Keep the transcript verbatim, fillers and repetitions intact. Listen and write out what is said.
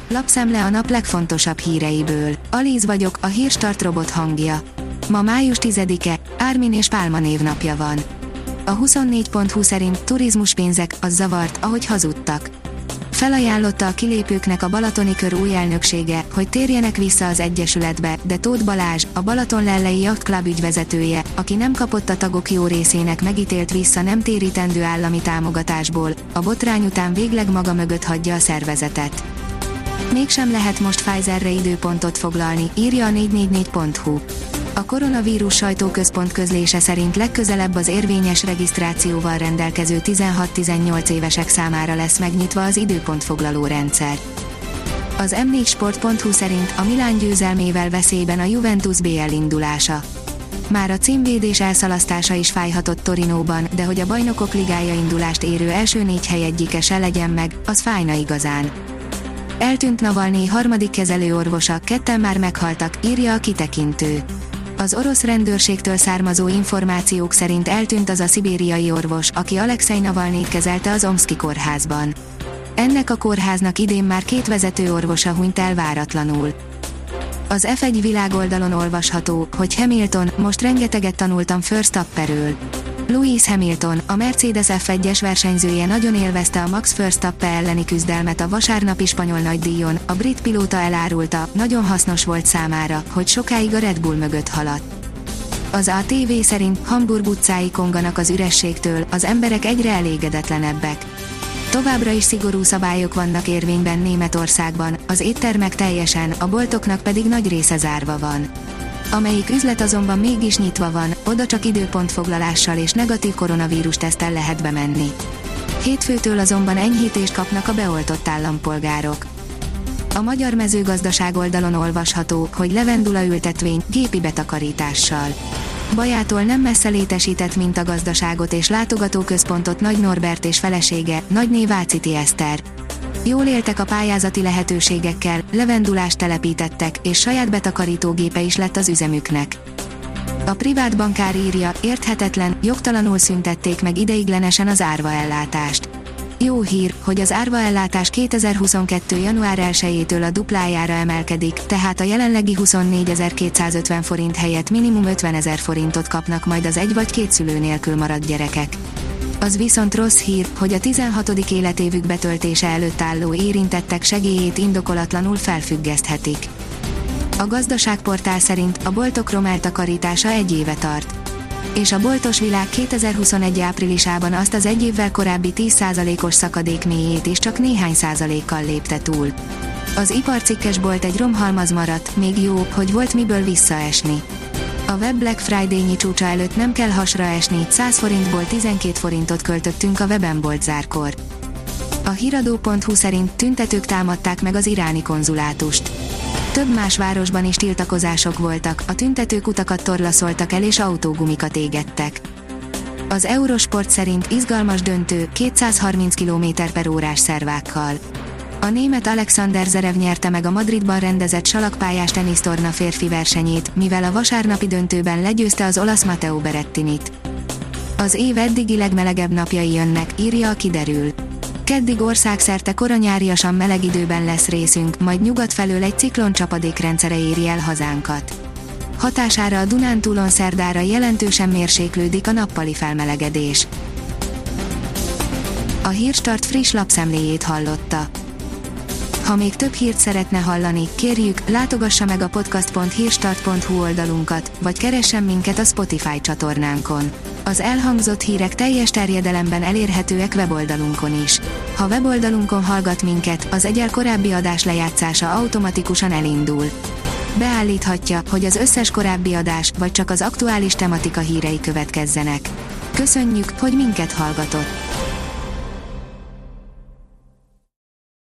Lapszemle a nap legfontosabb híreiből. Alíz vagyok, a Hírstart robot hangja. Ma május tizedike, Ármin és Pálma névnapja van. A huszonnégy pont hu szerint turizmuspénzek, az zavart, ahogy hazudtak. Felajánlotta a kilépőknek a Balatoni Kör új elnöksége, hogy térjenek vissza az Egyesületbe, de Tóth Balázs, a Balatonlellei Yacht Club ügyvezetője, aki nem kapott a tagok jó részének megítélt vissza nem térítendő állami támogatásból, a botrány után végleg maga mögött hagyja a szervezetet. Mégsem lehet most Pfizerre időpontot foglalni, írja a négy négy négy pont hu. A koronavírus sajtóközpont közlése szerint legközelebb az érvényes regisztrációval rendelkező tizenhat-tizennyolc évesek számára lesz megnyitva az időpontfoglaló rendszer. Az em négy sport pont hu szerint a Milán győzelmével veszélyben a Juventus bé el indulása. Már a címvédés elszalasztása is fájhatott Torinóban, de hogy a Bajnokok Ligája indulást érő első négy hely egyike se legyen meg, az fájna igazán. Eltűnt Navalnyi harmadik kezelőorvosa, ketten már meghaltak, írja a kitekintő. Az orosz rendőrségtől származó információk szerint eltűnt az a szibériai orvos, aki Alexei Navalnyit kezelte az Omszki kórházban. Ennek a kórháznak idén már két vezető orvosa hunyt el váratlanul. Az ef egy világoldalon olvasható, hogy Hamilton, most rengeteget tanultam Verstappenről. Lewis Hamilton, a Mercedes ef egyes versenyzője nagyon élvezte a Max Verstappen elleni küzdelmet a vasárnapi spanyol nagydíjon, a brit pilóta elárulta, nagyon hasznos volt számára, hogy sokáig a Red Bull mögött haladt. Az á té vé szerint Hamburg utcái konganak az ürességtől, az emberek egyre elégedetlenebbek. Továbbra is szigorú szabályok vannak érvényben Németországban, az éttermek teljesen, a boltoknak pedig nagy része zárva van. Amelyik üzlet azonban mégis nyitva van, oda csak időpontfoglalással és negatív koronavírus teszttel lehet bemenni. Hétfőtől azonban enyhítést kapnak a beoltott állampolgárok. A magyar mezőgazdaság oldalon olvasható, hogy levendula ültetvény, gépi betakarítással. Bajától nem messze létesített mintagazdaságot és látogatóközpontot Nagy Norbert és felesége, Nagyné Váciti Eszter. Jól éltek a pályázati lehetőségekkel, levendulást telepítettek, és saját betakarítógépe is lett az üzemüknek. A privát bankár írja, érthetetlen, jogtalanul szüntették meg ideiglenesen az árvaellátást. Jó hír, hogy az árvaellátás kétezer-huszonkettő január elsejétől a duplájára emelkedik, tehát a jelenlegi huszonnégezer-kétszázötven forint helyett minimum ötvenezer forintot kapnak majd az egy vagy két szülő nélkül maradt gyerekek. Az viszont rossz hír, hogy a tizenhatodik életévük betöltése előtt álló érintettek segélyét indokolatlanul felfüggeszthetik. A gazdaságportál szerint a boltok romeltakarítása egy éve tart. És a boltos világ kétezer-huszonegy áprilisában azt az egy évvel korábbi tíz százalékos szakadék mélyét is csak néhány százalékkal lépte túl. Az iparcikkes bolt egy romhalmaz maradt, még jó, hogy volt miből visszaesni. A web Black Friday-nyi csúcsa előtt nem kell hasra esni, száz forintból tizenkét forintot költöttünk a weben boltzárkor. A hiradó pont hu szerint tüntetők támadták meg az iráni konzulátust. Több más városban is tiltakozások voltak, a tüntetők utakat torlaszoltak el és autógumikat égettek. Az Eurosport szerint izgalmas döntő, kétszázharminc kilométer per órás szervákkal. A német Alexander Zverev nyerte meg a Madridban rendezett salakpályás tenisztorna férfi versenyét, mivel a vasárnapi döntőben legyőzte az olasz Matteo Berrettinit. Az év eddigi legmelegebb napjai jönnek, írja a Kiderül. Keddig országszerte koronyáriasan meleg időben lesz részünk, majd nyugat felől egy ciklon csapadékrendszere éri el hazánkat. Hatására a Dunántúlon szerdára jelentősen mérséklődik a nappali felmelegedés. A Hírstart friss lapszemléjét hallotta. Ha még több hírt szeretne hallani, kérjük, látogassa meg a podcast pont hírstart pont hu oldalunkat, vagy keressen minket a Spotify csatornánkon. Az elhangzott hírek teljes terjedelemben elérhetőek weboldalunkon is. Ha weboldalunkon hallgat minket, az egyel korábbi adás lejátszása automatikusan elindul. Beállíthatja, hogy az összes korábbi adás, vagy csak az aktuális tematika hírei következzenek. Köszönjük, hogy minket hallgatott!